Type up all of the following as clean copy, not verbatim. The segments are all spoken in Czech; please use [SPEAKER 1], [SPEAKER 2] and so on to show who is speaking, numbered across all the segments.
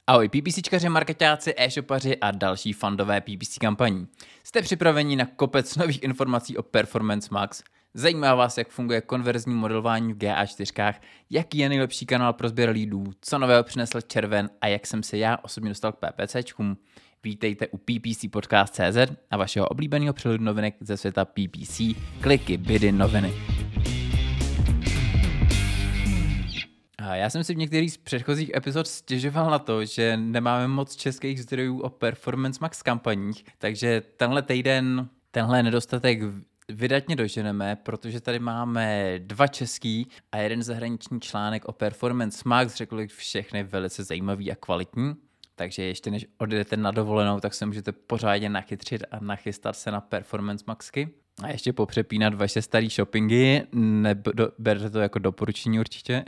[SPEAKER 1] Ahoj PPCčkaři, marketáci, e-shopaři a další fandové PPC kampaní. Jste připraveni na kopec nových informací o Performance Max? Zajímá vás, jak funguje konverzní modelování v GA4, jaký je nejlepší kanál pro sběr leadů, co nového přinesl červen a jak jsem se já osobně dostal k PPCčkům? Vítejte u PPC Podcast.cz a vašeho oblíbeného přehledu novinek ze světa PPC, kliky, bidy, noviny. Já jsem si v některých z předchozích epizod stěžoval na to, že nemáme moc českých zdrojů o Performance Max kampaních, takže tenhle týden tenhle nedostatek vydatně doženeme, protože tady máme 2 český a 1 zahraniční článek o Performance Max, řekl bych všechny velice zajímavý a kvalitní. Takže ještě než odjedete na dovolenou, tak se můžete pořádně nachytřit a nachystat se na Performance Maxky. A ještě popřepínat vaše staré shoppingy, berte to jako doporučení určitě.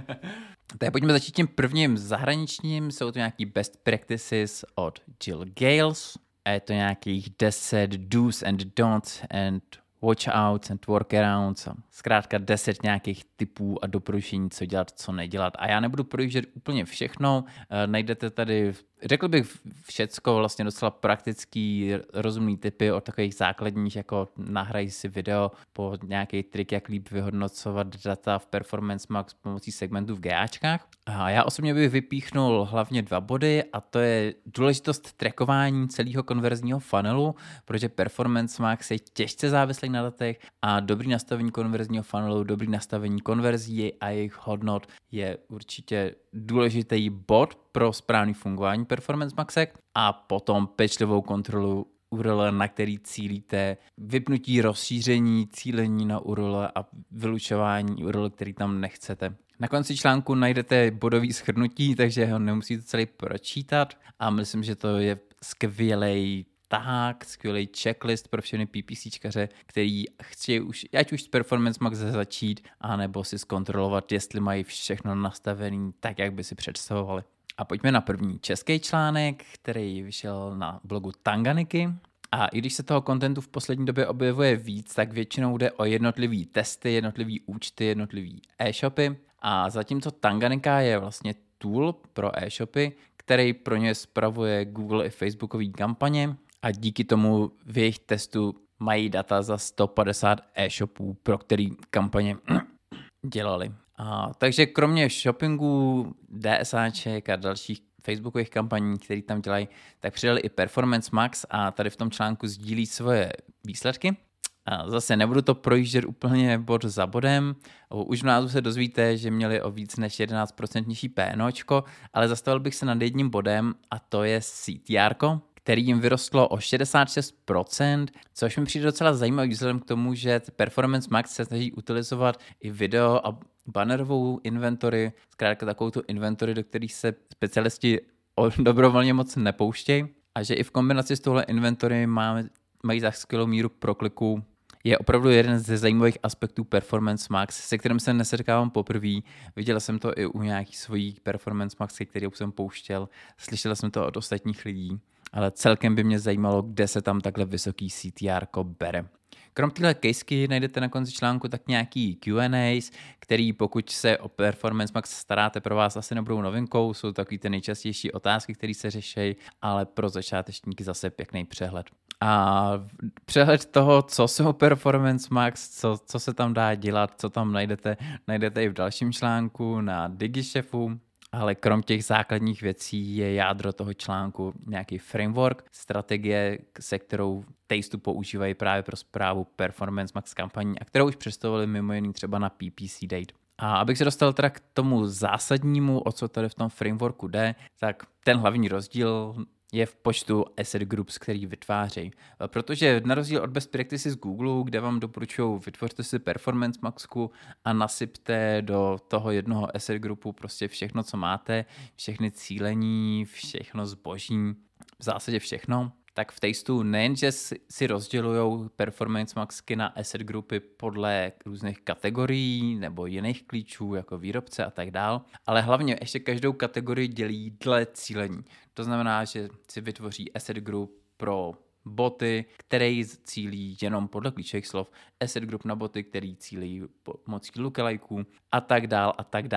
[SPEAKER 1] Tak pojďme začít tím prvním zahraničním, jsou to nějaký best practices od Jill Gales. A je to nějakých 10 do's and don'ts and watch outs and workarounds. Zkrátka 10 nějakých typů a doporučení, co dělat, co nedělat. A já nebudu projíždět úplně všechno, najdete tady, řekl bych, všecko vlastně docela praktický, rozumný tipy od takových základních, jako nahraj si video po nějaký trik, jak líp vyhodnocovat data v Performance Max pomocí segmentů v GAčkách. A já osobně bych vypíchnul hlavně 2 body a to je důležitost trackování celého konverzního funnelu, protože Performance Max je těžce závislý na datech a dobrý nastavení konverzního funnelu, dobrý nastavení konverzí a jejich hodnot je určitě důležitý bod pro správné fungování Performance Maxek a potom pečlivou kontrolu URL, na který cílíte, vypnutí rozšíření, cílení na URL a vylučování URL, který tam nechcete. Na konci článku najdete bodový shrnutí, takže ho nemusíte celý pročítat a myslím, že to je skvělej tahák, skvělý checklist pro všechny PPCčkaře, který chtějí už, ať už z Performance Max začít, anebo si zkontrolovat, jestli mají všechno nastavené tak, jak by si představovali. A pojďme na první český článek, který vyšel na blogu Tanganiky. A i když se toho kontentu v poslední době objevuje víc, tak většinou jde o jednotlivý testy, jednotlivý účty, jednotlivý e-shopy. A zatímco Tanganika je vlastně tool pro e-shopy, který pro ně spravuje Google i Facebookový kampaně a díky tomu v jejich testu mají data za 150 e-shopů, pro který kampaně dělali. Takže kromě shoppingu, DSAček a dalších Facebookových kampaní, které tam dělají, tak přidali i Performance Max a tady v tom článku sdílí svoje výsledky. A zase nebudu to projíždět úplně bod za bodem, už v názvu se dozvíte, že měli o víc než 11% nižší PNOčko, ale zastavil bych se nad jedním bodem a to je CTRko, který jim vyrostlo o 66%, což mi přijde docela zajímavý vzhledem k tomu, že Performance Max se snaží utilizovat i video a bannerovou inventory, zkrátka takovou tu inventory, do kterých se specialisti dobrovolně moc nepouštějí a že i v kombinaci s touhle inventory mají za skvělou míru prokliků. Je opravdu jeden ze zajímavých aspektů Performance Max, se kterým se nesetkávám poprvé. Viděl jsem to i u nějakých svých Performance Max, který jsem pouštěl. Slyšel jsem to od ostatních lidí, ale celkem by mě zajímalo, kde se tam takhle vysoký CTR bere. Krom téhle caseky najdete na konci článku tak nějaký Q&As, který pokud se o Performance Max staráte, pro vás asi nebudou novinkou, jsou takový ty nejčastější otázky, které se řeší, ale pro začátečníky zase pěkný přehled. A přehled toho, co jsou Performance Max, co se tam dá dělat, co tam najdete i v dalším článku na DigiChefu. Ale krom těch základních věcí je jádro toho článku nějaký framework, strategie, se kterou Tasteu používají právě pro správu Performance Max kampaní a kterou už představili mimo jiný třeba na PPC Date. A abych se dostal teda k tomu zásadnímu, o co tady v tom frameworku jde, tak ten hlavní rozdíl je v počtu asset groups, který vytvářejí. Protože na rozdíl od best practices z Google, kde vám doporučují vytvořte si Performance Maxku a nasypte do toho jednoho asset groupu prostě všechno, co máte, všechny cílení, všechno zboží, v zásadě všechno, tak v Tasteu nejenže si rozdělují Performance Maxky na asset grupy podle různých kategorií nebo jiných klíčů, jako výrobce a tak dál, ale hlavně ještě každou kategorii dělí dle cílení. To znamená, že si vytvoří asset group pro boty, který cílí jenom podle klíčových slov, asset group na boty, který cílí pomocí lookaliků a tak dál a tak dál.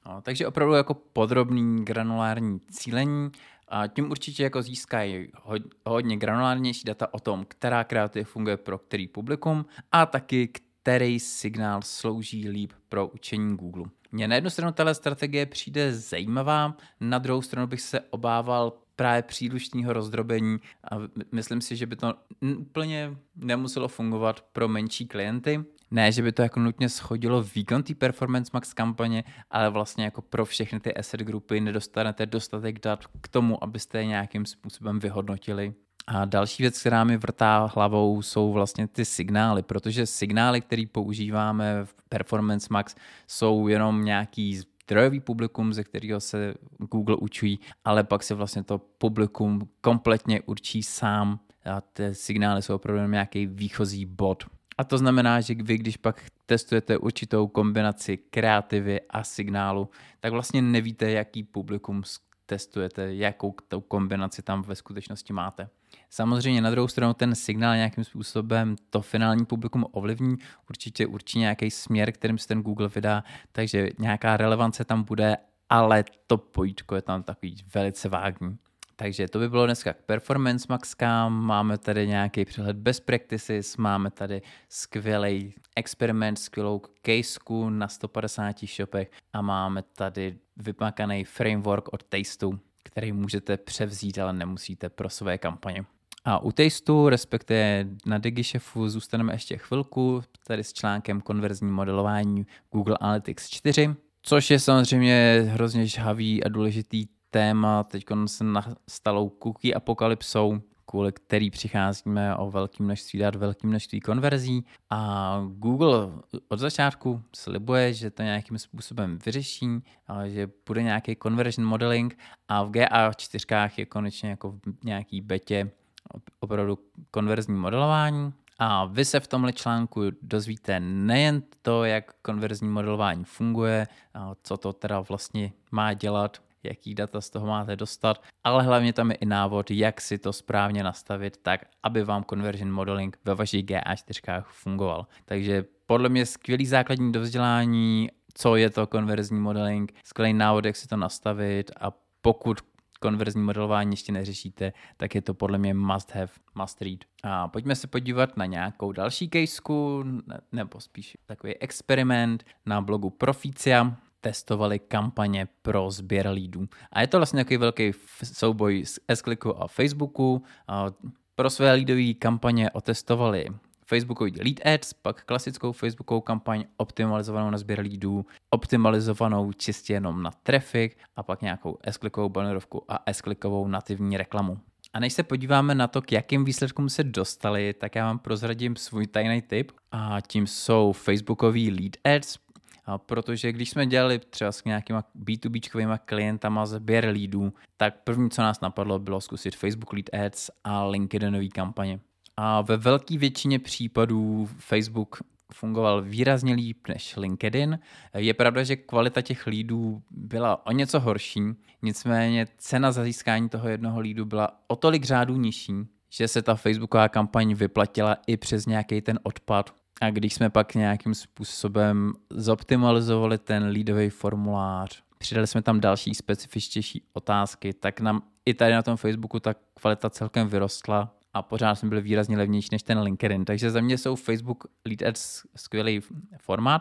[SPEAKER 1] No, takže opravdu jako podrobný granulární cílení a tím určitě jako získají hodně granulárnější data o tom, která kreativa funguje pro který publikum a taky který signál slouží líp pro učení Google. Mně na jednu stranu tahle strategie přijde zajímavá, na druhou stranu bych se obával právě přílišného rozdrobení a myslím si, že by to úplně nemuselo fungovat pro menší klienty. Ne, že by to jako nutně schodilo výkon té Performance Max kampaně, ale vlastně jako pro všechny ty asset grupy nedostanete dostatek dat k tomu, abyste je nějakým způsobem vyhodnotili. A další věc, která mi vrtá hlavou, jsou vlastně ty signály, protože signály, které používáme v Performance Max, jsou jenom nějaký zdrojový publikum, ze kterého se Google učí, ale pak se vlastně to publikum kompletně určí sám a ty signály jsou opravdu nějaký výchozí bod. A to znamená, že vy, když pak testujete určitou kombinaci kreativy a signálu, tak vlastně nevíte, jaký publikum testujete, jakou tou kombinaci tam ve skutečnosti máte. Samozřejmě na druhou stranu ten signál nějakým způsobem to finální publikum ovlivní, určitě určí nějaký směr, kterým se ten Google vydá, takže nějaká relevance tam bude, ale to pojítko je tam takový velice vágní. Takže to by bylo dneska k Performance Maxkám, máme tady nějaký přehled best practices, máme tady skvělý experiment, skvělou caseku na 150 shopech a máme tady vypakaný framework od Tasteu, který můžete převzít, ale nemusíte pro své kampaně. A u Tasteu, respektive na DigiChefu, zůstaneme ještě chvilku, tady s článkem konverzní modelování Google Analytics 4, což je samozřejmě hrozně žhavý a důležitý téma. Teď se nastalou cookie apokalypsou, kvůli který přicházíme o velké množství dat, velké množství konverzí a Google od začátku slibuje, že to nějakým způsobem vyřeší, že bude nějaký conversion modeling a v GA4 je konečně jako v nějaký betě opravdu konverzní modelování. A vy se v tomhle článku dozvíte nejen to, jak konverzní modelování funguje, co to teda vlastně má dělat, jaký data z toho máte dostat, ale hlavně tam je i návod, jak si to správně nastavit tak, aby vám conversion modeling ve vašich GA4 fungoval. Takže podle mě skvělý základní dovzdělání, co je to konverzní modeling, skvělý návod, jak si to nastavit a pokud konverzní modelování ještě neřešíte, tak je to podle mě must have, must read. A pojďme se podívat na nějakou další caseku, nebo spíš takový experiment na blogu Proficia. Testovali kampaně pro sběr leadů. A je to vlastně takový velký souboj s S-Clicku a Facebooku. A pro své leadové kampaně otestovali Facebookový lead ads, pak klasickou Facebookovou kampaň optimalizovanou na sběr leadů, optimalizovanou čistě jenom na traffic a pak nějakou S-Clickovou bannerovku a S-Clickovou nativní reklamu. A než se podíváme na to, k jakým výsledkům se dostali, tak já vám prozradím svůj tajný tip a tím jsou Facebookový lead ads, protože když jsme dělali třeba s nějakýma B2Bčkovýma klientama sběr leadů, tak první, co nás napadlo, bylo zkusit Facebook Lead Ads a LinkedInový kampaně. A ve velké většině případů Facebook fungoval výrazně líp než LinkedIn. Je pravda, že kvalita těch leadů byla o něco horší, nicméně cena za získání toho jednoho leadu byla o tolik řádů nižší, že se ta Facebooková kampaň vyplatila i přes nějaký ten odpad. A když jsme pak nějakým způsobem zoptimalizovali ten leadový formulář, přidali jsme tam další specifičtější otázky, tak nám i tady na tom Facebooku ta kvalita celkem vyrostla a pořád jsme byli výrazně levnější než ten LinkedIn. Takže za mě jsou Facebook Lead Ads skvělý formát,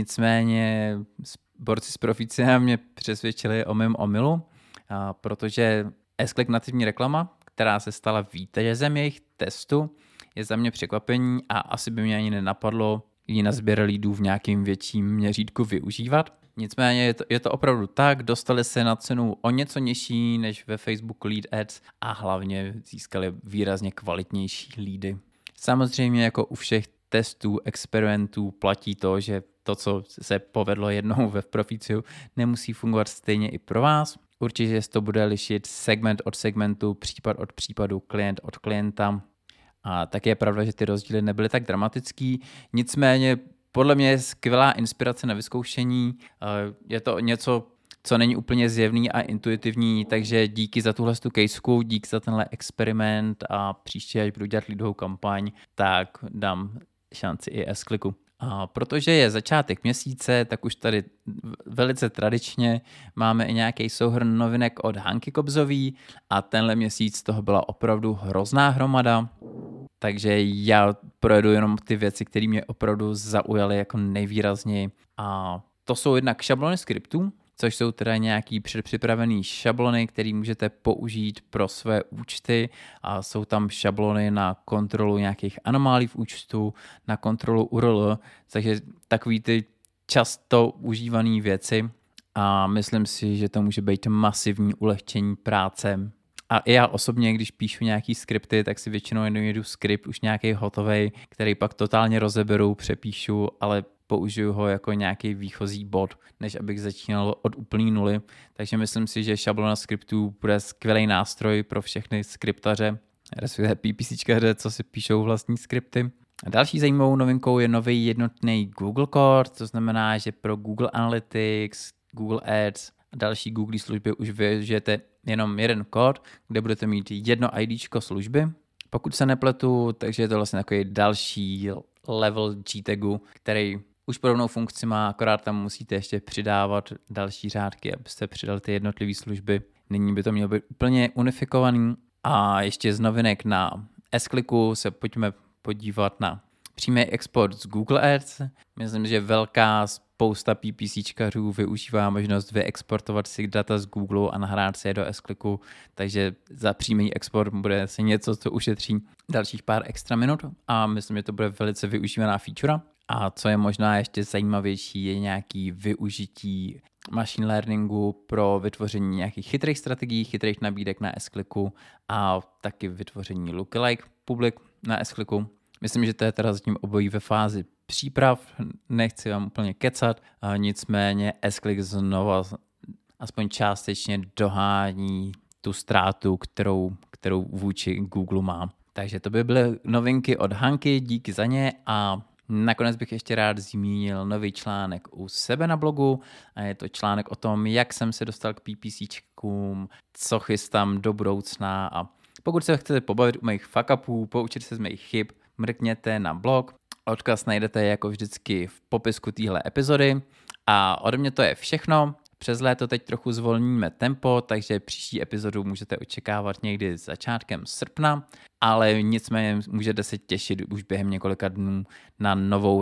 [SPEAKER 1] nicméně borci z Proficia mě přesvědčili o mém omylu, protože S-Click nativní reklama, která se stala vítězem jejich testu, je za mě překvapení a asi by mě ani nenapadlo ji na sběr leadů v nějakým větším měřítku využívat. Nicméně je to opravdu tak, dostali se na cenu o něco nižší než ve Facebook Lead Ads a hlavně získali výrazně kvalitnější leady. Samozřejmě jako u všech testů, experimentů platí to, že to, co se povedlo jednou ve Proficiu, nemusí fungovat stejně i pro vás. Určitě se to bude lišit segment od segmentu, případ od případu, klient od klienta. A tak je pravda, že ty rozdíly nebyly tak dramatický, nicméně podle mě je skvělá inspirace na vyzkoušení, je to něco, co není úplně zjevný a intuitivní, takže díky za tuhle caseku, díky za tenhle experiment a příště, až budu dělat leadovou kampaň, tak dám šanci i S-Clicku. A protože je začátek měsíce, tak už tady velice tradičně máme i nějaký souhrn novinek od Hanky Kobzový a tenhle měsíc toho byla opravdu hrozná hromada, takže já projedu jenom ty věci, které mě opravdu zaujaly jako nejvýrazněji. A to jsou jednak šablony skriptů, což jsou teda nějaký předpřipravený šablony, které můžete použít pro své účty a jsou tam šablony na kontrolu nějakých anomálí v účtu, na kontrolu URL, takže takový ty často užívané věci a myslím si, že to může být masivní ulehčení práce. A i já osobně, když píšu nějaký skripty, tak si většinou jedu skript už nějaký hotovej, který pak totálně rozeberu, přepíšu, ale použiju ho jako nějaký výchozí bod, než abych začínal od úplný nuly. Takže myslím si, že šablona skriptů bude skvělý nástroj pro všechny skriptaře, respektive PPCčkaře, co si píšou vlastní skripty. A další zajímavou novinkou je nový jednotný Google Core, to znamená, že pro Google Analytics, Google Ads a další Google služby už využijete jenom jeden kód, kde budete mít jedno IDčko služby. Pokud se nepletu, takže je to vlastně takový další level G-tagu, který už podobnou funkci má, akorát tam musíte ještě přidávat další řádky, abyste přidali ty jednotlivé služby. Nyní by to mělo být úplně unifikovaný. A ještě z novinek na S-Clicku se pojďme podívat na přímý export z Google Ads. Myslím, že velká spousta PPCčkařů využívá možnost vyexportovat si data z Google a nahrát si je do S-Clicku, takže za přímý export bude asi něco, co ušetří dalších pár extra minut a myslím, že to bude velice využívaná feature. A co je možná ještě zajímavější, je nějaký využití machine learningu pro vytvoření nějakých chytrých strategií, chytrých nabídek na S-Clicku a taky vytvoření lookalike publik na S-Clicku. Myslím, že to je teda zatím obojí ve fázi příprav, nechci vám úplně kecat, nicméně S-Click znova aspoň částečně dohání tu ztrátu, kterou vůči Google má. Takže to by byly novinky od Hanky, díky za ně a nakonec bych ještě rád zmínil nový článek u sebe na blogu a je to článek o tom, jak jsem se dostal k PPCčkům, co chystám do budoucna a pokud se chcete pobavit u mých fuck-upů, poučit se z mých chyb, mrkněte na blog. Odkaz najdete jako vždycky v popisku téhle epizody a ode mě to je všechno. Přes léto teď trochu zvolníme tempo, takže příští epizodu můžete očekávat někdy začátkem srpna, ale nicméně můžete se těšit už během několika dnů na novou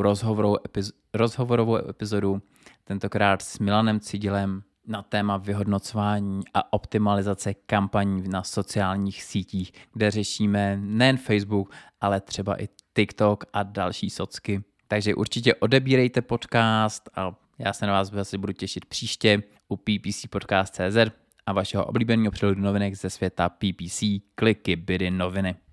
[SPEAKER 1] rozhovorovou epizodu, tentokrát s Milanem Cidilem na téma vyhodnocování a optimalizace kampaní na sociálních sítích, kde řešíme nejen Facebook, ale třeba i TikTok a další socky. Takže určitě odebírejte podcast a já se na vás asi budu těšit příště u ppcpodcast.cz a vašeho oblíbeného přehledu novinek ze světa PPC, kliky, bidy, noviny.